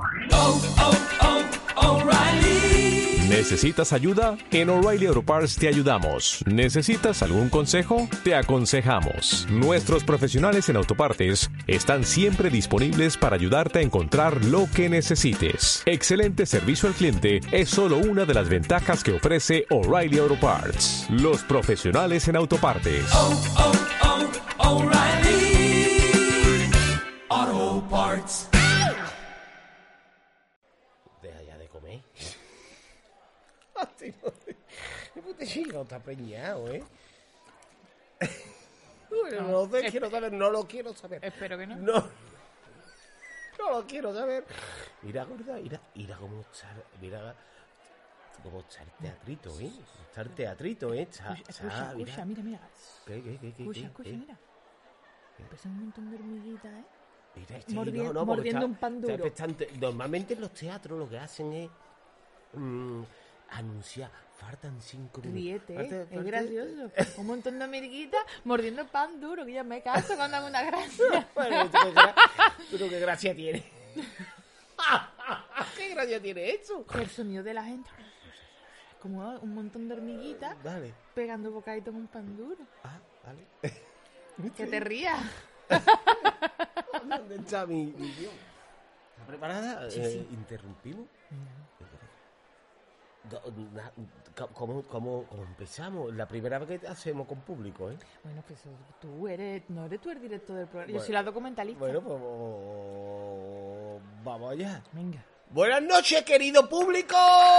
O'Reilly. ¿Necesitas ayuda? En O'Reilly Auto Parts te ayudamos. ¿Necesitas algún consejo? Te aconsejamos. Nuestros profesionales en autopartes están siempre disponibles para ayudarte a encontrar lo que necesites. Excelente servicio al cliente es solo una de las ventajas que ofrece O'Reilly Auto Parts. Los profesionales en autopartes. O'Reilly Auto Parts. Deja ya de comer. El putecillo está preñado, ¿eh? Bueno, no lo quiero saber, no lo quiero saber. Espero que no. No lo quiero saber. Mira, gorda, mira cómo está, mira cómo está el teatrito, ¿eh? Está el teatrito, ¿eh? Escucha, mira. ¿Qué? Escucha, mira. Empezó un montón de hormiguitas, ¿eh? Mira, Mordiendo un pan duro. Normalmente en los teatros lo que hacen es anunciar, faltan 5 minutos. Ríete, es gracioso. Un montón de hormiguitas mordiendo pan duro, que ya me caso cuando hago una gracia. Bueno, pero qué gracia tiene. ¿Qué gracia tiene eso? El sonido de la gente. Como un montón de hormiguitas Dale. pegando bocaditos en un pan duro. Vale. Que te rías. ¿Dónde está mi guión? ¿Está preparada? Sí. ¿Interrumpimos? ¿Cómo empezamos? La primera vez que hacemos con público, ¿eh? Bueno, pues no eres tú el director del programa. Bueno, Yo soy la documentalista. Bueno, pues vamos allá. Venga. Buenas noches, querido público.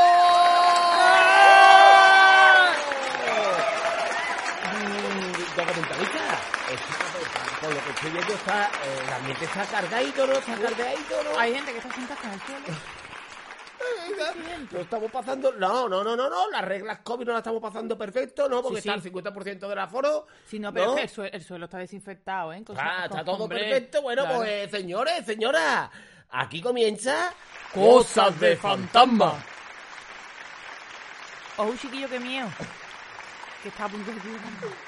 Documentalista. Por lo que estoy viendo está, el ambiente está cargadito, ¿no? Hay gente que está sentada con el suelo. No estamos pasando, no, las reglas COVID no las estamos pasando perfecto, ¿no? Porque Sí. está el 50% del aforo. Sí, no, pero ¿no? es que el suelo está desinfectado, ¿eh? Está todo Hombre, perfecto. Bueno, claro. pues señores, señoras, aquí comienza Cosas de fantasma. Ojo, chiquillo, que mío. Que está a punto de tirar.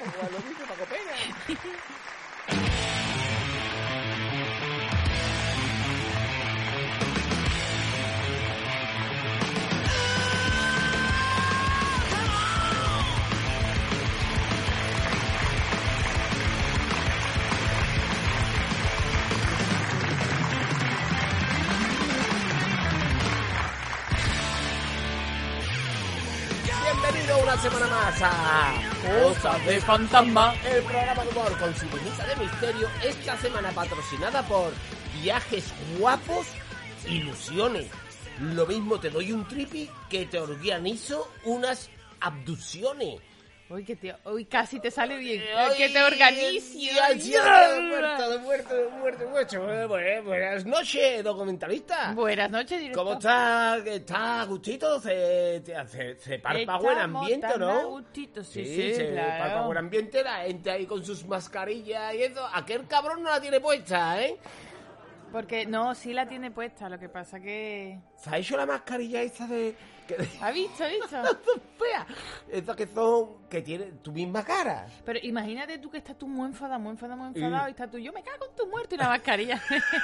Bienvenido una semana más a Cosas de fantasma. el programa de humor con su premisa de misterio, esta semana patrocinada por Viajes Guapos Ilusiones. Lo mismo te doy un tripi que te organizo unas abducciones. Hoy casi te sale bien. Ay, Que te organice. de muerto. Buenas noches, documentalista. Buenas noches, director. ¿Cómo estás? ¿Estás a gustito? Se palpa buen ambiente, Estamos tan a ¿no? gustito, Sí, sí, se claro. palpa buen ambiente, la gente ahí con sus mascarillas y eso. Aquel cabrón no la tiene puesta, ¿eh? Porque no, sí la tiene puesta, lo que pasa que... ¿Se ha hecho la mascarilla esa de...? ¿Ha visto? Fea. Estas que son... que tienen tu misma cara. Pero imagínate tú que estás tú muy enfadado, y estás tú, yo me cago en tu muerto y la mascarilla.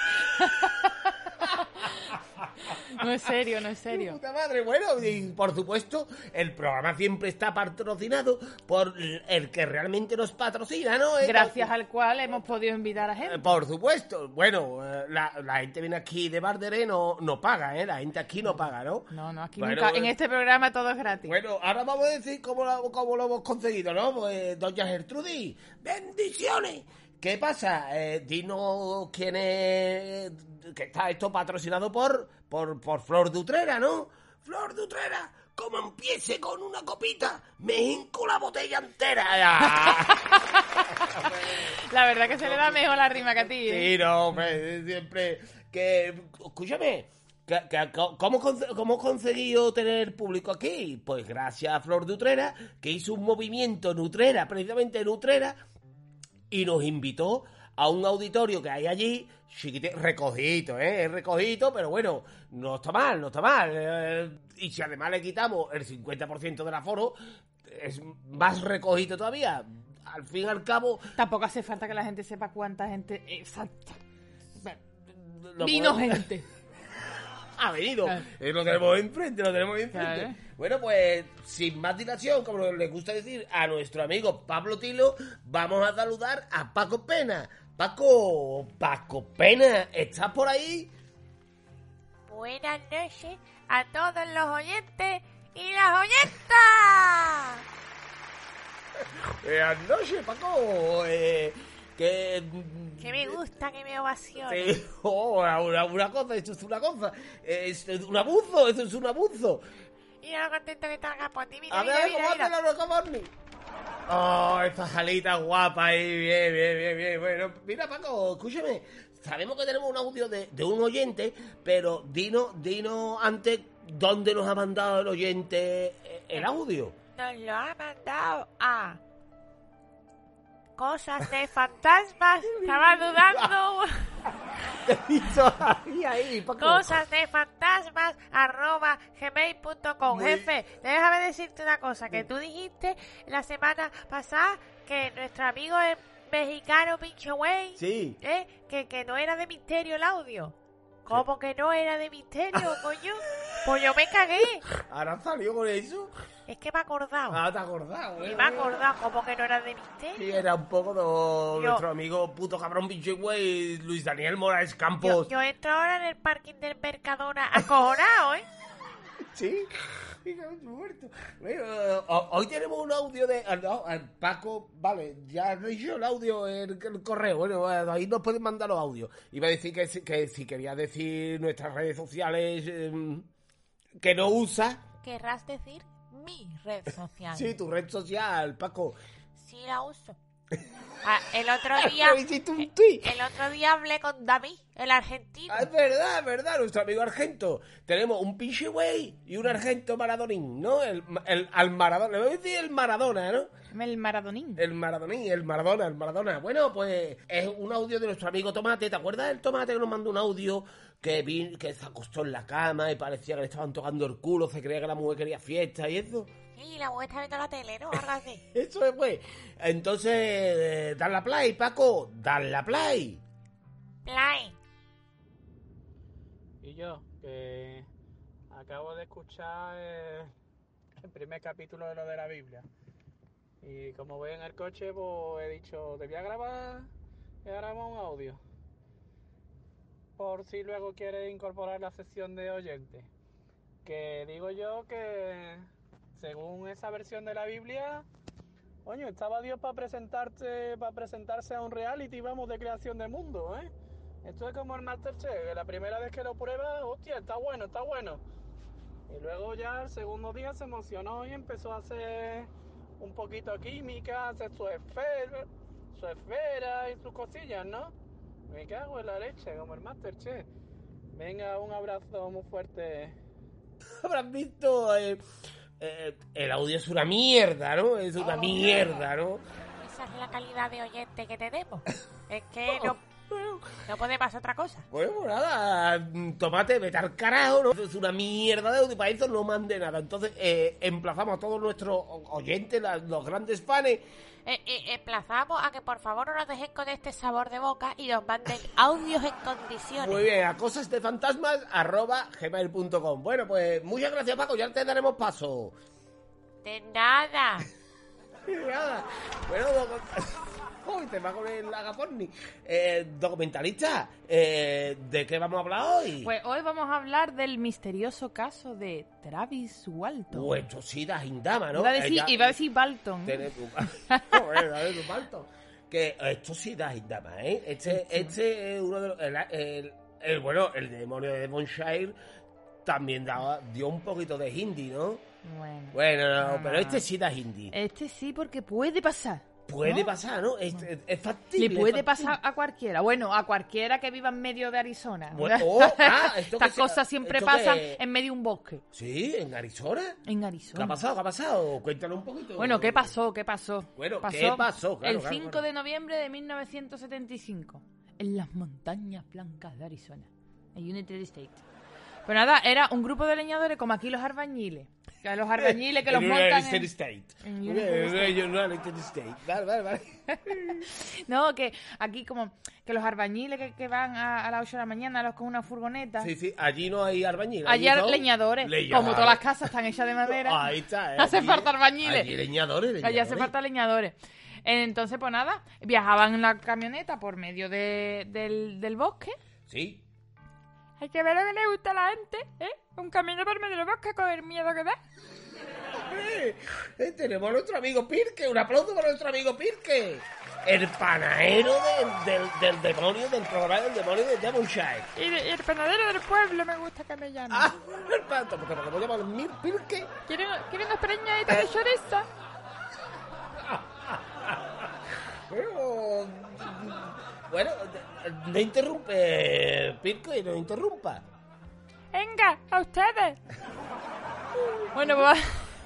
No es serio. Puta madre, bueno, y por supuesto, el programa siempre está patrocinado por el que realmente nos patrocina, ¿no? Gracias al cual hemos podido invitar a gente. Por supuesto. Bueno, la gente viene aquí de Barderé, no paga, ¿eh? La gente aquí no paga, ¿no? No, aquí Bueno, nunca, en este programa todo es gratis. Bueno, ahora vamos a decir cómo lo hemos conseguido, ¿no? Pues, doña Gertrudis, ¡bendiciones! ¿Qué pasa? Dinos quién es... que está esto patrocinado por Flor de Utrera, ¿no? Flor de Utrera, como empiece con una copita, me hinco la botella entera. La verdad que se le da mejor la rima que a ti, ¿eh? Sí, no, hombre, siempre... Que, escúchame, ¿cómo he conseguido tener público aquí? Pues gracias a Flor de Utrera, que hizo un movimiento en Utrera, precisamente en Utrera, y nos invitó a un auditorio que hay allí, recogidito, recogidito, pero bueno, no está mal. Y si además le quitamos el 50% del aforo, es más recogido todavía. Al fin y al cabo... Tampoco hace falta que la gente sepa cuánta gente... Exacto. lo Vino podemos- gente. Ha venido. Claro. Lo tenemos enfrente, Claro. Bueno, pues, sin más dilación, como le gusta decir a nuestro amigo Pablo Tilo, vamos a saludar a Paco Pena. Paco Pena, ¿estás por ahí? Buenas noches a todos los oyentes y las oyentas. Buenas noches, Paco. Que me gusta que me ovacionen. sí, una cosa, esto es una cosa. Es un abuso, eso es un abuso. Y lo contento que está el capote. Mira, A mira, ver, mira, mira. cómátela, Rocaborni. Oh, estas alitas guapas ahí, bien. Bueno, mira, Paco, escúchame. Sabemos que tenemos un audio de un oyente, pero dinos antes dónde nos ha mandado el oyente el audio. Nos lo ha mandado a Cosas de Fantasmas. Estaba dudando. Te he visto ahí, Paco. Cosas de Fantasmas @gmail.com. Muy- Jefe, déjame decirte una cosa, que tú dijiste la semana pasada que nuestro amigo es mexicano Pincho Güey, Sí. que no era de misterio el audio. ¿Cómo que no era de misterio, coño? Pues yo me cagué. Ahora salió con eso. Es que me he acordado. Ah, te has acordado, Y me he acordado, ¿cómo que no era de misterio? Sí, era un poco de Yo- nuestro amigo puto cabrón pinche güey, Luis Daniel Moraes Campos. Yo entro ahora en el parking del Mercadona acojonado, ¿eh? Sí. Hija, muerto. Bueno, hoy tenemos un audio de Paco, vale, ya he dicho el audio en el correo, bueno, ahí nos pueden mandar los audios. Iba a decir que si quería decir nuestras redes sociales que no usa. Querrás decir mi red social. Sí, tu red social, Paco. Sí la uso. El otro día... Pero hiciste un tuit. El otro día hablé con David, el argentino. Ah, es verdad, nuestro amigo argento. Tenemos un pinche güey y un argento maradonín, ¿no? Al Maradona, le voy a decir el Maradona, ¿no? El maradonín. El Maradonín, el Maradona. Bueno, pues es un audio de nuestro amigo Tomate. ¿Te acuerdas del Tomate que nos mandó un audio que se acostó en la cama y parecía que le estaban tocando el culo, se creía que la mujer quería fiesta y eso? Y la mujer está viendo la tele, ¿no? Algo así. Eso es, pues. Entonces, dan la play, Paco, dan la play. Play. Y yo, que acabo de escuchar el primer capítulo de lo de la Biblia. Y como voy en el coche, pues he dicho, te voy a grabar un audio. Por si luego quieres incorporar la sección de oyentes. Que digo yo que, según esa versión de la Biblia, coño, estaba Dios para presentarse a un reality, vamos, de creación de mundo, ¿eh? Esto es como el Masterchef, que la primera vez que lo pruebas, hostia, está bueno. Y luego ya el segundo día se emocionó y empezó a hacer un poquito de química, hacer su esfera y sus cosillas, ¿no? Me cago en la leche, como el Masterchef. Venga, un abrazo muy fuerte. Habrás visto, el audio es una mierda, ¿no? Es una mierda, ¿no? Esa es la calidad de oyente que tenemos. Es que no puede pasar otra cosa. Bueno, pues nada, Tomate, vete al carajo, ¿no? Es una mierda de audio, para eso no mande nada. Entonces, emplazamos a todos nuestros oyentes, los grandes fans. Emplazamos a que por favor no nos dejen con este sabor de boca y nos manden audios en condiciones. Muy bien, a cosasdefantasmas@gmail.com. Bueno, pues muchas gracias, Paco, ya te daremos paso. De nada. Nada. Bueno, uy, te va con el agaporni. Documentalista, ¿de qué vamos a hablar hoy? Pues hoy vamos a hablar del misterioso caso de Travis Walton. Pues esto sí da indama, ¿no? Iba a decir Balton. Bueno, a ver, tu palto. Que esto sí da indama, ¿eh? Este es uno de los... el demonio de Devonshire también dio un poquito de hindi, ¿no? Bueno, no, pero este sí da hindi. Este sí, porque puede pasar. Puede ¿no? pasar, ¿no? Es factible. Le puede es factible. pasar a cualquiera. Bueno, a cualquiera que viva en medio de Arizona. Bueno, Estas cosas siempre ¿esto pasan qué? en medio de un bosque. Sí, en Arizona. En ¿Qué Arizona. ha pasado? ¿Qué ha pasado? Cuéntanos un poquito. Bueno, ¿qué pasó? Bueno, ¿qué pasó? Claro, el claro, 5 claro. de noviembre de 1975, en las montañas blancas de Arizona, en United States. Pues nada, era un grupo de leñadores como aquí los albañiles. Que los albañiles que los en montan United States. en United States. Vale. No, que aquí como que los albañiles que van a las 8 de la mañana los con una furgoneta. Sí, allí no hay albañiles. Allí hay son leñadores. Como todas las casas están hechas de madera. Ahí está. Hace falta albañiles. Allí leñadores. Allí hace falta leñadores. Entonces, pues nada, viajaban en la camioneta por medio del bosque. Sí. Hay que ver lo que le gusta a la gente, ¿eh? Un camino por medio del bosque con el miedo que da. Tenemos a nuestro amigo Pirque. Un aplauso para nuestro amigo Pirque. El panadero del demonio, del programa del demonio de Devonshire. Y el panadero del pueblo me gusta que me llamen. Ah, el pato, porque podemos llamarlo Pirque. ¿Quieren unas preñaditas de chorizo? Bueno, no interrumpe, Pirque, no interrumpa. Venga, a ustedes. Bueno, pues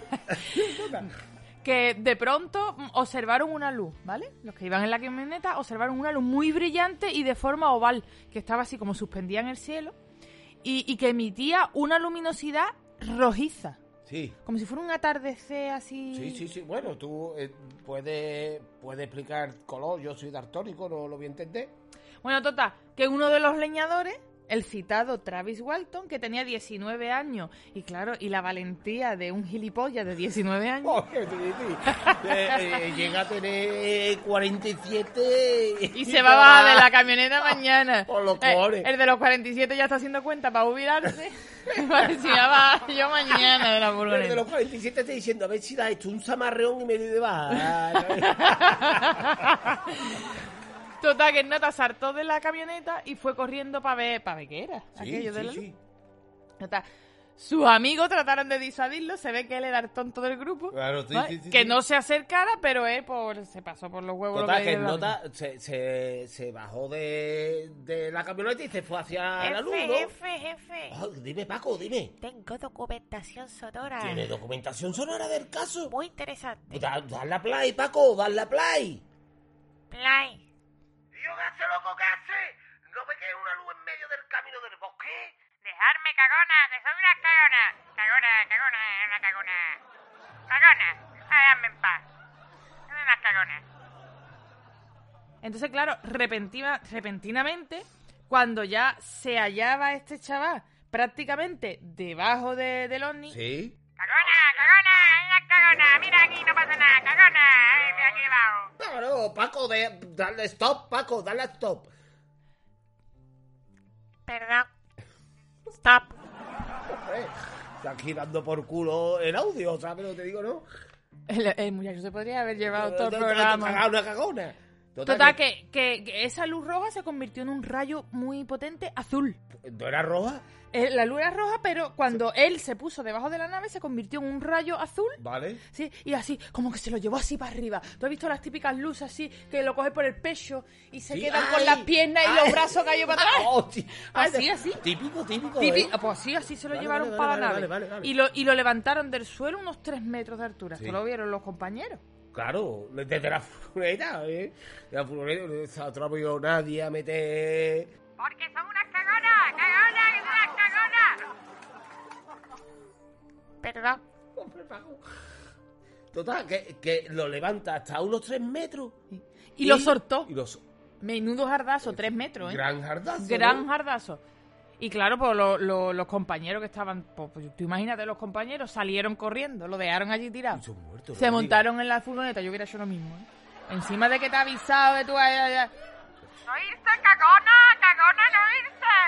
que de pronto observaron una luz, ¿vale? Los que iban en la camioneta observaron una luz muy brillante y de forma oval, que estaba así como suspendida en el cielo y que emitía una luminosidad rojiza. Sí. Como si fuera un atardecer así. Sí. Bueno, tú puedes explicar color. Yo soy daltónico, no lo voy a entender. Bueno, total, que uno de los leñadores, el citado Travis Walton, que tenía 19 años, y claro, y la valentía de un gilipollas de 19 años. Oh, sí. Llega a tener 47 Y se va a bajar de la camioneta mañana. Por los cojones. El de los 47 ya está haciendo cuenta para jubilarse. Vale, si va a bajar yo mañana de la Pero de furgoneta. los 47 está diciendo, a ver si da esto un zamarreón y medio de baja. Total, que el nota saltó de la camioneta y fue corriendo para ver qué era aquello de la luz. Total, sus amigos trataron de disuadirlo, se ve que él era el tonto del grupo. Claro, sí, ¿vale? sí, Que sí. no se acercara, pero él se pasó por los huevos. Total, lo que el era. nota se bajó de la camioneta y se fue hacia la luz, ¿no? Jefe. Oh, dime, Paco, dime. Tengo documentación sonora. ¿Tiene documentación sonora del caso? Muy interesante. Dale a play, Paco, dale a play. Play. ¿Y yo qué hace, loco, qué hace? ¿No ve que hay una luz en medio del camino del bosque? Dejarme cagona, que soy una cagona. Una cagona. Cagona. Déjame en paz. Soy una cagona. Entonces, claro, repentinamente, cuando ya se hallaba este chaval prácticamente debajo del ovni, Sí. Cagona. Mira aquí, no pasa nada. Cagona. Mira aquí abajo. No, Paco, dale stop, Paco, dale stop. Perdón. Stop. Hombre, está aquí dando por culo el audio, ¿sabes lo que te digo, no? el muchacho se podría haber llevado todo el programa. Una cagona. Total, que esa luz roja se convirtió en un rayo muy potente azul. ¿No era roja? La luz era roja, pero cuando él se puso debajo de la nave se convirtió en un rayo azul. Vale. Sí, y así, como que se lo llevó así para arriba. ¿Tú has visto las típicas luces así, que lo coges por el pecho y se Sí, quedan ay, con las piernas y ay. los brazos caídos para atrás? Oh, sí. Así. Típico. Pues así se lo Vale, llevaron vale, para vale, la nave. vale. Y lo levantaron del suelo unos 3 metros de altura. Sí. Esto lo vieron los compañeros. Claro, desde la furgoneta, ¿eh? La furgoneta no se atrevió nadie a meter... Porque son unas cagonas. Que son unas cagonas. Perdón. Hombre, Paco. Total, que lo levanta hasta unos 3 metros. Y lo soltó. Y los... Menudo jardazo, 3 metros, ¿eh? Gran jardazo. Gran ¿no? jardazo. Y claro, pues los compañeros que estaban... Pues tú imagínate, los compañeros salieron corriendo, lo dejaron allí tirado. Y son muertos, Se no montaron en la furgoneta, yo hubiera hecho lo mismo, ¿eh? Encima de que te ha avisado de tu... No irse, cagona, no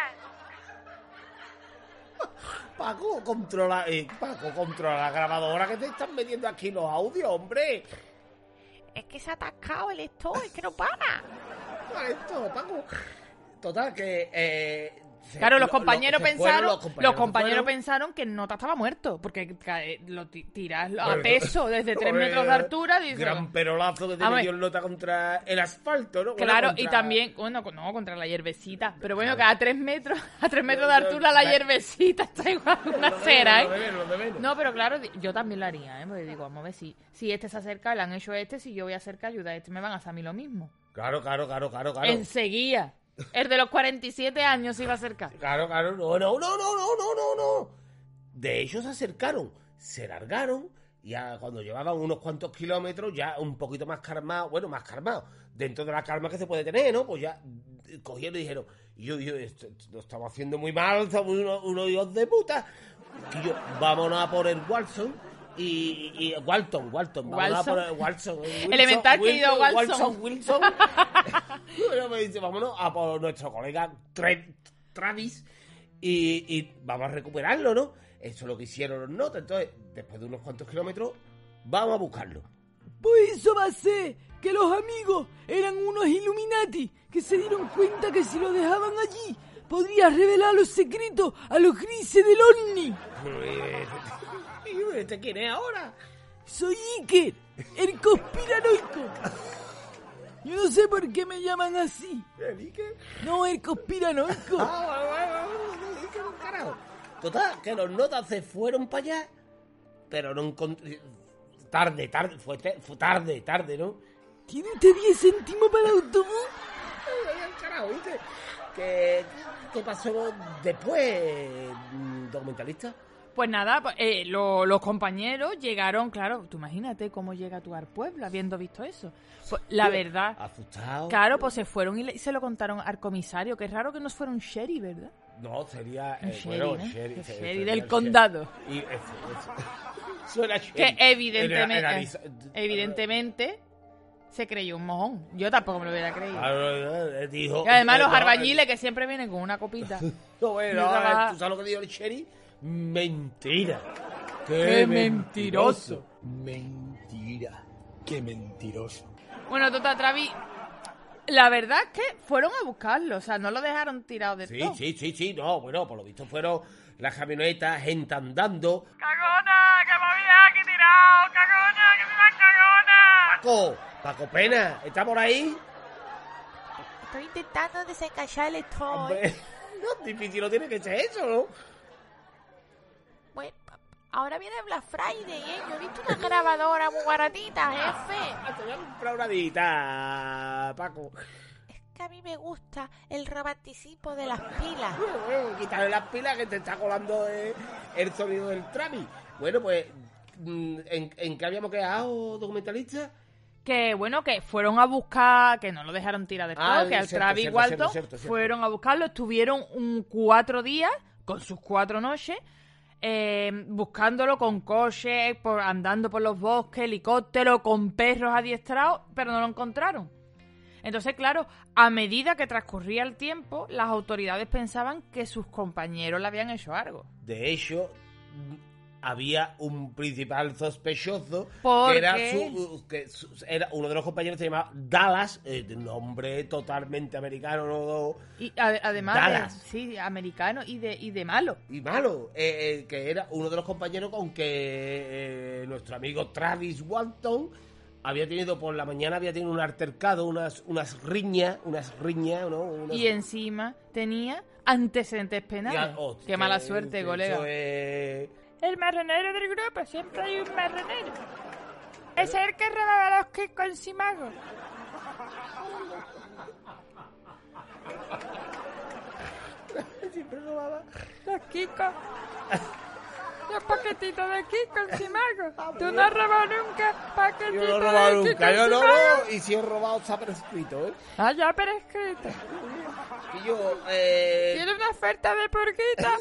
irse. Paco, controla la grabadora que te están metiendo aquí los audios, hombre. Es que se ha atascado el esto, es que no para. Vale, esto, Paco. Total, que... Claro, los compañeros pensaron pensaron que el nota estaba muerto, porque lo tiras a Bueno, peso desde 3 hombre, metros de altura. Dices, gran perolazo que te Vamos, metió el nota contra el asfalto, ¿no? Bueno, claro, contra- y también, bueno, no, contra la hierbecita. Pero bueno, que a 3 metros de altura la hierbecita está igual a una Lo de cera, menos, ¿eh? lo de menos, lo de menos. No, pero claro, yo también lo haría, ¿eh? Porque digo, vamos a ver si este se acerca, le han hecho si yo voy a hacer que ayuda a me van a hacer a mí lo mismo. Claro. Enseguida. El de los 47 años se iba a acercar. Claro, no. De hecho se acercaron. se largaron. Ya cuando llevaban unos cuantos kilómetros, ya un poquito más calmado, dentro de la calma que se puede tener, ¿no? Pues ya cogieron y dijeron, esto lo estamos haciendo muy mal, somos unos hijos de puta. Y vámonos a por el Walton y Walton, vámonos a por el Walton. Elemental querido Walton. Wilson. Bueno, me dice, vámonos a por nuestro colega Travis y vamos a recuperarlo, ¿no? Eso es lo que hicieron los notas. Entonces, después de unos cuantos kilómetros, vamos a buscarlo. Pues eso va a ser que los amigos eran unos Illuminati que se dieron cuenta que si lo dejaban allí, podría revelar los secretos a los grises del ovni. ¿Este quién es ahora? Soy Iker, el conspiranoico. Yo no sé por qué me llaman así. ¿El Iker? No, el conspiranoico. Iker, carajo. Total, que los notas se fueron para allá, pero no encontré... Tarde, fue tarde, ¿no? ¿Tiene usted 10 céntimos para el autobús? Ay, carajo, ¿viste? ¿Qué pasó después, documentalista? Pues nada, los compañeros llegaron, claro, tú imagínate cómo llega tú al pueblo habiendo visto eso. Pues, la verdad, asustado. Claro, pues se fueron y se lo contaron al comisario, que es raro que no fuera un sheriff, ¿verdad? No, sería un sheriff, ¿no? el sheriff, sheriff del condado. Y suena sheriff. Que evidentemente se creyó un mojón. Yo tampoco me lo hubiera creído. Claro, dijo, y además los albañiles que siempre vienen con una copita. No, bueno, ¿tú sabes lo que dijo el sheriff? Mentira. ¡Qué mentiroso! Mentira. ¡Qué mentiroso! Bueno, total, Travis, la verdad es que fueron a buscarlo, o sea, no lo dejaron tirado de todo. Sí, no, bueno, por lo visto fueron las camionetas, gente andando. ¡Cagona! ¡Que me había aquí tirado! ¡Cagona! ¡Que me la cagona! Paco Pena, ¿está por ahí? Estoy intentando desencallar el estoy. Hombre, no, difícil no tiene que ser eso, ¿no? Bueno, ahora viene Black Friday, ¿eh? Yo he visto una grabadora muy baratita, jefe. Te voy a comprar una vidita, Paco. Es que a mí me gusta el romanticismo de las pilas. Bueno, quitarle las pilas que te está colando el sonido del Travis. Bueno, pues, ¿en qué habíamos quedado, documentalista? Que bueno, que fueron a buscar, que no lo dejaron tirar de todo, que al Travis Walton fueron a buscarlo, estuvieron 4 días con sus 4 noches. Buscándolo con coches, andando por los bosques, helicóptero, con perros adiestrados, pero no lo encontraron. Entonces, claro, a medida que transcurría el tiempo, las autoridades pensaban que sus compañeros le habían hecho algo. De hecho, había un principal sospechoso que era uno de los compañeros, se llamaba Dallas, nombre totalmente americano, ¿no? Y además Dallas. Americano y de malo. Y malo, que era uno de los compañeros con que nuestro amigo Travis Walton había tenido por la mañana, un altercado, unas riñas, ¿no? Y encima tenía antecedentes penales. Qué mala suerte, colega. El marronero del grupo, siempre hay un marronero. Es el que robaba los kikos en Simago. Siempre robaba los kikos. Los paquetitos de kiko en Simago. Tú no has robado nunca paquetitos de kiko. Yo no he robado nunca, yo no robo, y si he robado está prescrito, ¿eh? Ah, ya prescrito. Y yo, ¿Quieres una oferta de purguita?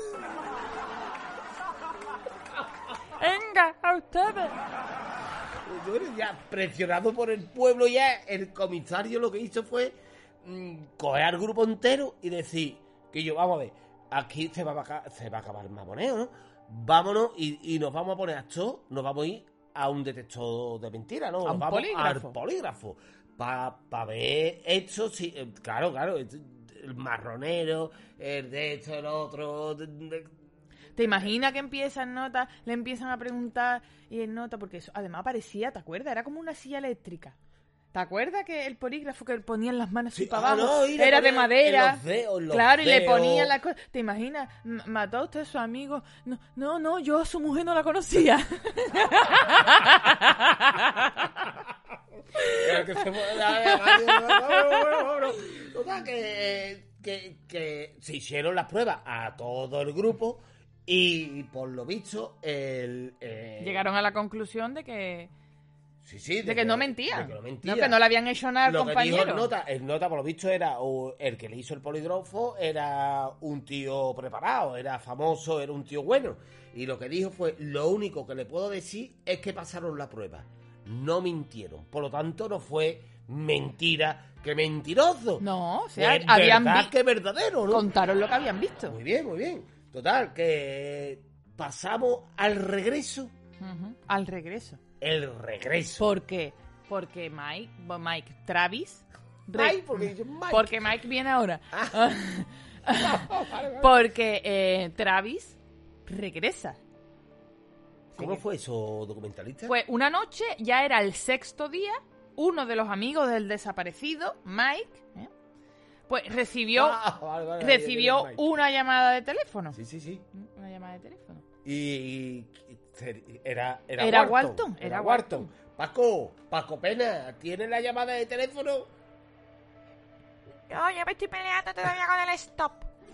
Venga, a ustedes. Yo ya presionado por el pueblo, ya el comisario lo que hizo fue coger al grupo entero y decir que yo, vamos a ver, aquí se va a acabar el mamoneo, ¿no? Vámonos y nos vamos a poner a esto, nos vamos a ir a un detector de mentiras, ¿no? Nos vamos al polígrafo para ver esto, sí, claro, el marronero, el de esto, el otro. ¿Te imaginas que empiezan notas, le empiezan a preguntar y el nota, porque eso además parecía, ¿te acuerdas? Era como una silla eléctrica. ¿Te acuerdas que el polígrafo que ponían las manos así para abajo era de madera? Claro, y le ponían las cosas. ¿Te imaginas? ¿Mató a usted a su amigo? No, yo a su mujer no la conocía. Que se hicieron las pruebas a todo el grupo Y por lo visto, llegaron a la conclusión de que... Sí, de que no mentía. De que no mentía. No, que no le habían hecho nada al lo compañero. Que dijo el nota, por lo visto, era el que le hizo el polígrafo, era un tío preparado, era famoso, era un tío bueno. Y lo que dijo fue, lo único que le puedo decir es que pasaron la prueba. No mintieron. Por lo tanto, no fue mentira. ¡Qué mentiroso! No, o sea, Pues habían verdad que verdadero, ¿no? Contaron lo que habían visto. Muy bien, muy bien. Total, que pasamos al regreso. Ujú, al regreso. El regreso. ¿Por qué? Porque Travis... Porque Mike viene ahora. Porque Travis regresa. ¿Cómo fue eso, documentalista? Pues una noche, ya era el 6º día, uno de los amigos del desaparecido, Mike, pues recibió una llamada de teléfono. Sí. Una llamada de teléfono. Y era Walton. Era Walton. Paco Pena, ¿tienes la llamada de teléfono? Yo me estoy peleando todavía con el stop.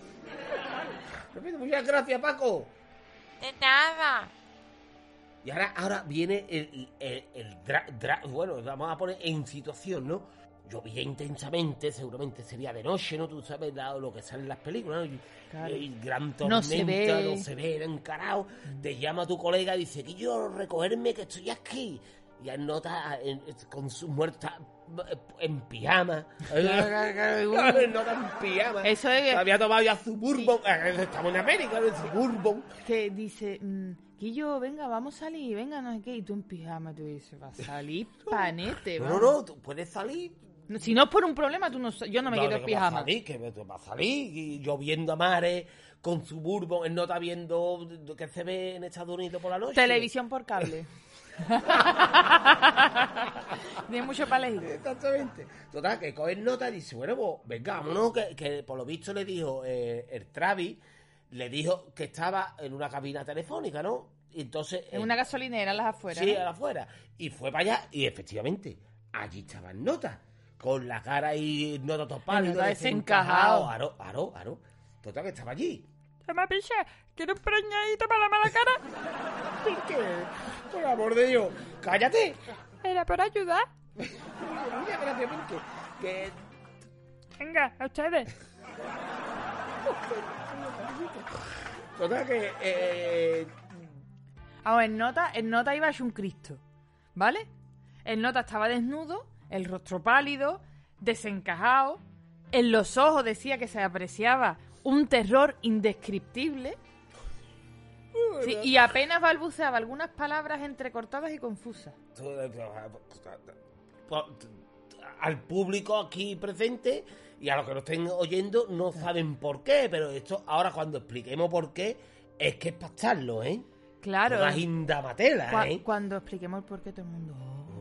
Muchas gracias, Paco. De nada. Y ahora viene bueno, vamos a poner en situación, ¿no? Llovía intensamente, seguramente sería de noche, ¿no? Tú sabes lo que sale en las películas, ¿no? Claro. Y gran tormenta, No se ve. Era encarado. Te llama tu colega y dice, que yo recogerme, que estoy aquí. Y él nota con su muerta en pijama. Nota en pijama. Eso es... Había tomado ya su bourbon. Estamos en América, ¿no? Su bourbon. Que dice... Guillo, venga, vamos a salir, venga, no sé qué, y tú en pijama, tú dices, va a salir panete, vamos. No, tú puedes salir. Si no es por un problema, yo no me quedo en pijama. Va a salir, y lloviendo a mares, con su bourbon, él no está viendo que se ve en Estados Unidos por la noche. Televisión por cable. Tiene mucho para elegir. Exactamente. Total, que coge nota y dice, bueno, pues venga, vámonos, que por lo visto le dijo el Travis, le dijo que estaba en una cabina telefónica, ¿no? Y entonces... En una gasolinera, a las afueras. Sí, ¿no? a las afueras. Y fue para allá, y efectivamente, allí estaba Nota, con la cara y Nota todo pálido, desencajado. Aro. Total, que estaba allí. Toma, picha, ¿quieres un preñadito para la mala cara? ¿Por qué? Por amor de Dios, cállate. Era por ayudar. Muchas gracias, porque... Venga, a ustedes. Total, que... Ahora, en nota iba hecho un Cristo, ¿vale? En nota estaba desnudo, el rostro pálido, desencajado. En los ojos decía que se apreciaba un terror indescriptible. Sí, y apenas balbuceaba algunas palabras entrecortadas y confusas. Al público aquí presente y a los que nos estén oyendo no saben por qué, pero esto ahora cuando expliquemos por qué es que es para estarlo, ¿eh? Claro. Todas indamatela, ¿eh? Cuando expliquemos el por qué todo el mundo...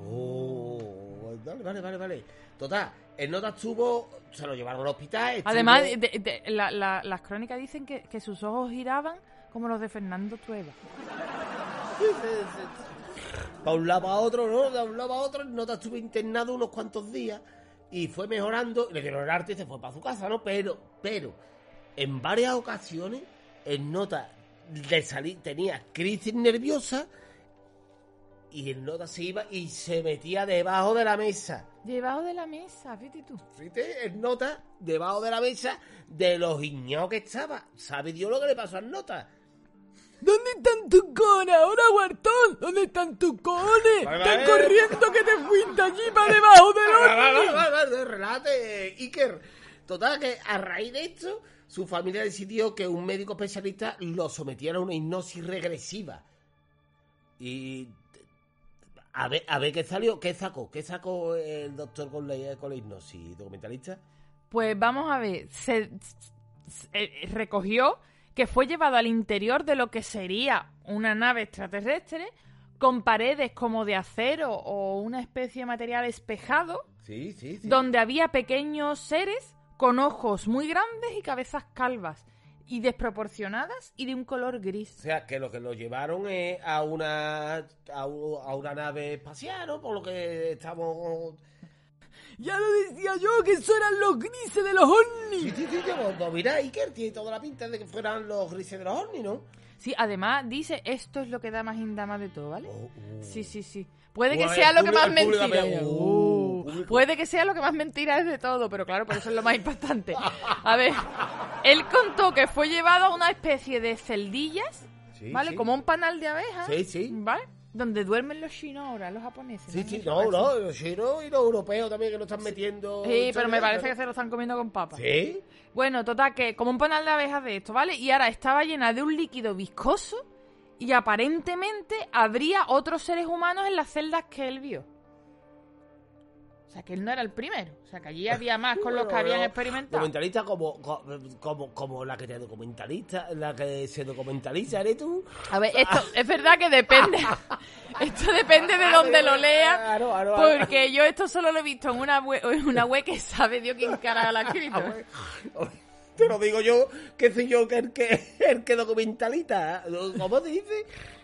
Vale. Total, el Nota estuvo, se lo llevaron al hospital. Además, las crónicas dicen que sus ojos giraban como los de Fernando Trueba. Para un lado para otro, ¿no? De un lado para otro, el Nota estuvo internado unos cuantos días y fue mejorando, le dieron el arte y se fue para su casa, ¿no? Pero, en varias ocasiones, el Nota tenía crisis nerviosa y el Nota se iba y se metía debajo de la mesa. Debajo de la mesa, fíjate tú. Fíjate, el Nota debajo de la mesa de los guiñados que estaba. ¿Sabe Dios lo que le pasó al Nota? ¿Dónde están tus cojones ahora, Guartón? ¿Dónde están tus cojones? Están corriendo que te fuiste allí para debajo del ovni. Relate, Iker. Total, que a raíz de esto, su familia decidió que un médico especialista lo sometiera a una hipnosis regresiva. Y... A ver qué salió, qué sacó el doctor con la hipnosis, documentalista. Pues vamos a ver, se recogió que fue llevado al interior de lo que sería una nave extraterrestre con paredes como de acero o una especie de material espejado, sí. donde había pequeñños seres con ojos muy grandes y cabezas calvas y desproporcionadas y de un color gris. O sea, que lo llevaron es a una nave espacial, ¿no? Por lo que estamos... Ya lo decía yo, que eso eran los grises de los ovnis. Sí, mira, Iker tiene toda la pinta de que fueran los grises de los ovnis, ¿no? Sí, además dice, esto es lo que da más indama de todo, ¿vale? Sí. Puede que Bueno, sea lo que más el público mentira. también. Puede que sea lo que más mentira es de todo, pero claro, por eso es lo más impactante. A ver, él contó que fue llevado a una especie de celdillas, Sí, ¿vale? sí. Como un panal de abejas, Sí. ¿vale? Donde duermen los chinos ahora, los japoneses. Sí, ¿no? los chinos y los europeos también que lo están metiendo. Sí, pero me parece que se lo están comiendo con papas. ¿Sí? Bueno, total, que como un panal de abejas de esto, ¿vale? Y ahora estaba llena de un líquido viscoso y aparentemente habría otros seres humanos en las celdas que él vio. O sea, que él no era el primero. O sea, que allí había más con los que habían experimentado. Documentalista como la que te documentalista, la que se documentaliza, ¿eres tú? A ver, esto es verdad que depende. Esto depende de dónde lo leas. Claro. Porque yo esto solo lo he visto en una web que sabe Dios quién carajo la ha escrito. Te lo digo yo, que soy yo el que documentalista. ¿Cómo se dice?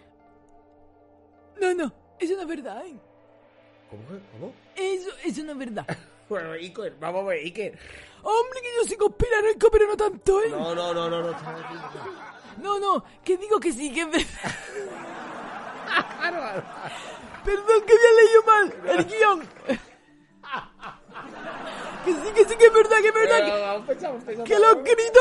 No, eso no es verdad, ¿eh? ¿Cómo? Eso no es verdad. Bueno, Iker, vamos a ver, Iker. Hombre, que yo soy conspiranoico, pero no tanto, ¿eh? No. No, que digo que sí, que es verdad. Claro. Perdón, que había leído mal el guión. Que sí, que es verdad, Pensamos. que lo he escrito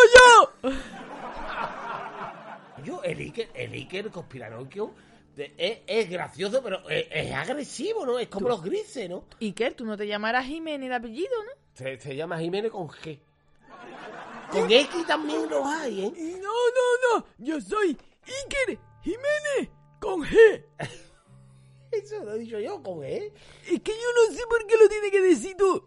yo. El Iker conspiranoico es gracioso, pero es agresivo, ¿no? Es como los grises, ¿no? Iker, tú no te llamarás Jiménez de apellido, ¿no? Se llama Jiménez con G. Con X también los hay, ¿eh? No, yo soy Iker Jiménez con G. Eso lo he dicho yo, con G. Es que yo no sé por qué lo tiene que decir tú.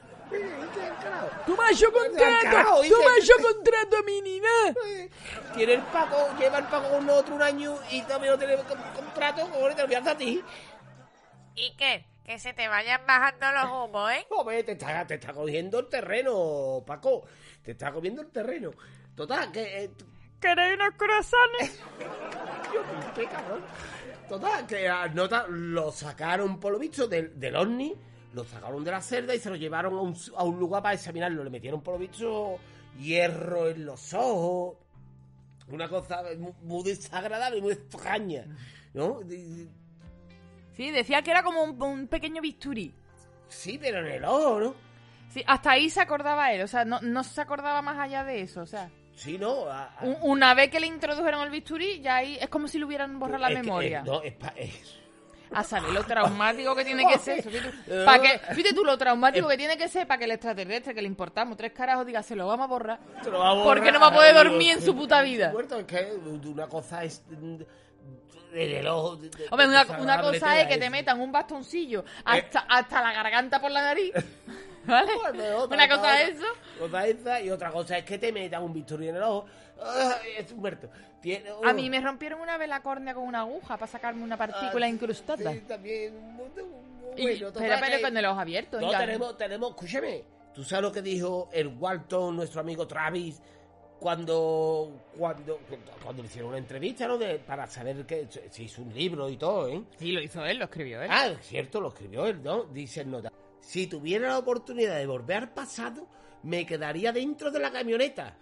Tú me has hecho contrato a mí ni nada. Lleva el Paco con nosotros un año y también no tenemos contrato, como te olvidas a ti. ¿Y qué? Que se te vayan bajando los humos, ¿eh? Joder, te está cogiendo el terreno, Paco. Te está comiendo el terreno. Total, que... ¿Queréis unos croissants? qué cabrón. Total, que lo sacaron, por lo visto, del ovni. Lo sacaron de la celda y se lo llevaron a un lugar para examinarlo. Le metieron, por lo visto, hierro en los ojos. Una cosa muy desagradable, muy extraña, ¿no? Sí, decía que era como un pequeño bisturí. Sí, pero en el ojo, ¿no? Sí, hasta ahí se acordaba él, o sea, no se acordaba más allá de eso, o sea. Sí, ¿no? Una vez que le introdujeron el bisturí, ya ahí es como si le hubieran borrado la memoria. A saber lo traumático que tiene que ser eso. Fíjate tú, lo traumático que tiene que ser para que el extraterrestre que le importamos 3 carajos diga, se lo vamos a borrar. Porque no va a poder dormir en su puta vida. Es que una cosa es... el ojo... Hombre, una cosa es que te metan un bastoncillo hasta la garganta por la nariz. ¿Vale? Una cosa es eso. Otra esa, y otra cosa es que te metan un bisturí en el ojo. Es muerto. A mí me rompieron una vez la córnea con una aguja para sacarme una partícula incrustada. Sí, también. Bueno, pero con el ojo abierto. No, tenemos, escúchame. ¿Tú sabes lo que dijo el Walton, nuestro amigo Travis, cuando le hicieron una entrevista, ¿no? Para saber que se hizo un libro y todo, ¿eh? Sí, lo hizo él, lo escribió él. Ah, es cierto, lo escribió él, ¿no? Dice en nota: si tuviera la oportunidad de volver al pasado, me quedaría dentro de la camioneta.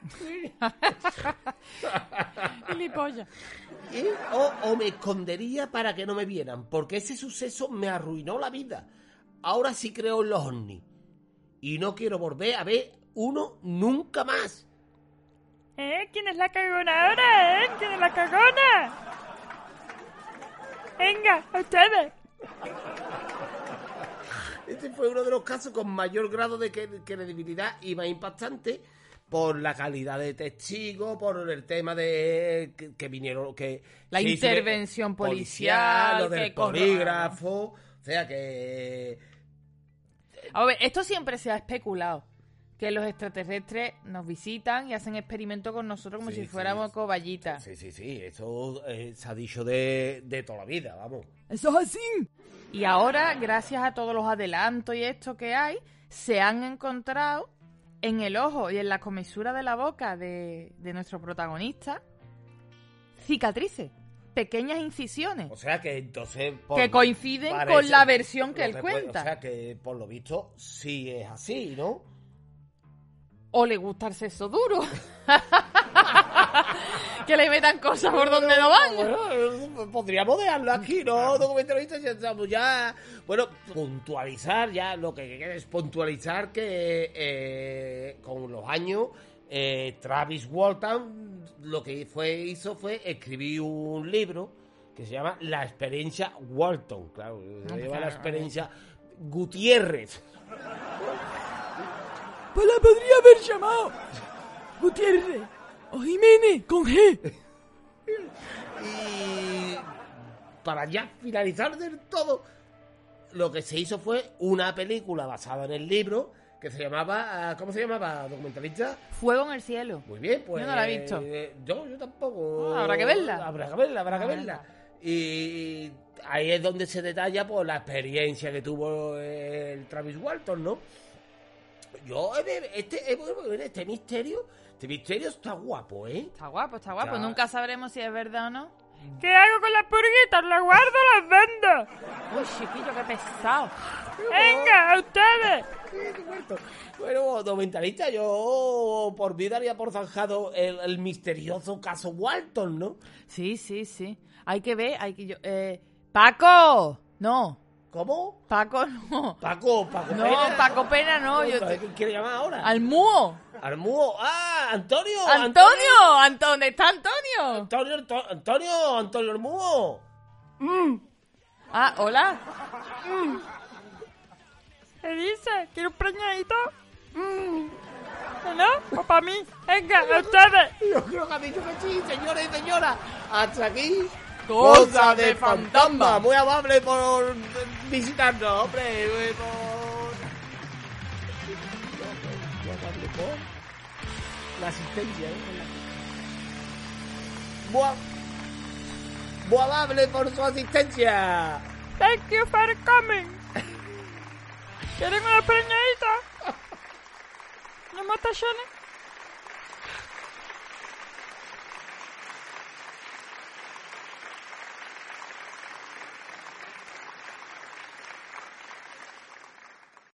Gilipollas. O me escondería para que no me vieran, porque ese suceso me arruinó la vida. Ahora sí creo en los ovnis y no quiero volver a ver uno nunca más. ¿Quién es la cagona ahora, ¿Quién es la cagona? Venga, ustedes. Este fue uno de los casos con mayor grado de credibilidad y más impactante por la calidad de testigos, por el tema de que vinieron... La intervención policial, lo del polígrafo, o sea que... A ver, esto siempre se ha especulado, que los extraterrestres nos visitan y hacen experimentos con nosotros como si fuéramos cobayitas. Sí, eso se ha dicho de toda la vida, vamos. Eso es así. Y ahora, gracias a todos los adelantos y esto que hay, se han encontrado en el ojo y en la comisura de la boca de nuestro protagonista cicatrices, pequeñas incisiones. O sea que entonces... que coinciden con la versión que él cuenta. O sea que por lo visto sí es así, ¿no? O le gusta el sexo duro. Que le metan cosas por donde no van. Bueno, podríamos dejarlo aquí, ¿no? Documentalistas, ya estamos ya. Bueno, puntualizar ya, lo que queda es puntualizar que con los años Travis Walton lo que hizo fue escribir un libro que se llama La experiencia Walton, claro, se llama La experiencia Gutiérrez. Pues la podría haber llamado Gutiérrez o Jiménez con G. Y para ya finalizar del todo, lo que se hizo fue una película basada en el libro que se llamaba, ¿cómo se llamaba, documentalista? Fuego en el cielo. Muy bien, pues Yo no la he visto. Yo tampoco. Habrá que verla. Habrá que verla. Y ahí es donde se detalla pues la experiencia que tuvo el Travis Walton, ¿no? Yo, este misterio está guapo, ¿eh? Está guapo. Está. Nunca sabremos si es verdad o no. ¿Qué hago con las purguitas? ¡Las guardo, las vendo! Uy, chiquillo, qué pesado. ¡Venga, a ustedes! Bueno, documentalista, yo por mí daría por zanjado el misterioso caso Walton, ¿no? Sí. Hay que ver, ¡Paco! No. ¿Cómo? Paco no. Paco No, Pena. Paco Pena no. ¿Quién quiere llamar ahora? Al Múo. Armúo. ¡Ah! ¡Antonio! ¿Dónde está Antonio? Antonio Armúo. Ah, hola. ¿Qué dice? ¿Quiere un preñadito? ¿No? Pues para mí. ¡Venga, a ustedes! Yo creo que ha dicho que sí, señores y señoras. Hasta aquí. Cosa de fantasma. Muy amable por visitarnos, hombre. Muy amable por la asistencia, Muy amable por su asistencia. Thank you for coming. ¿Quieren una preñadita? ¿No mataciones?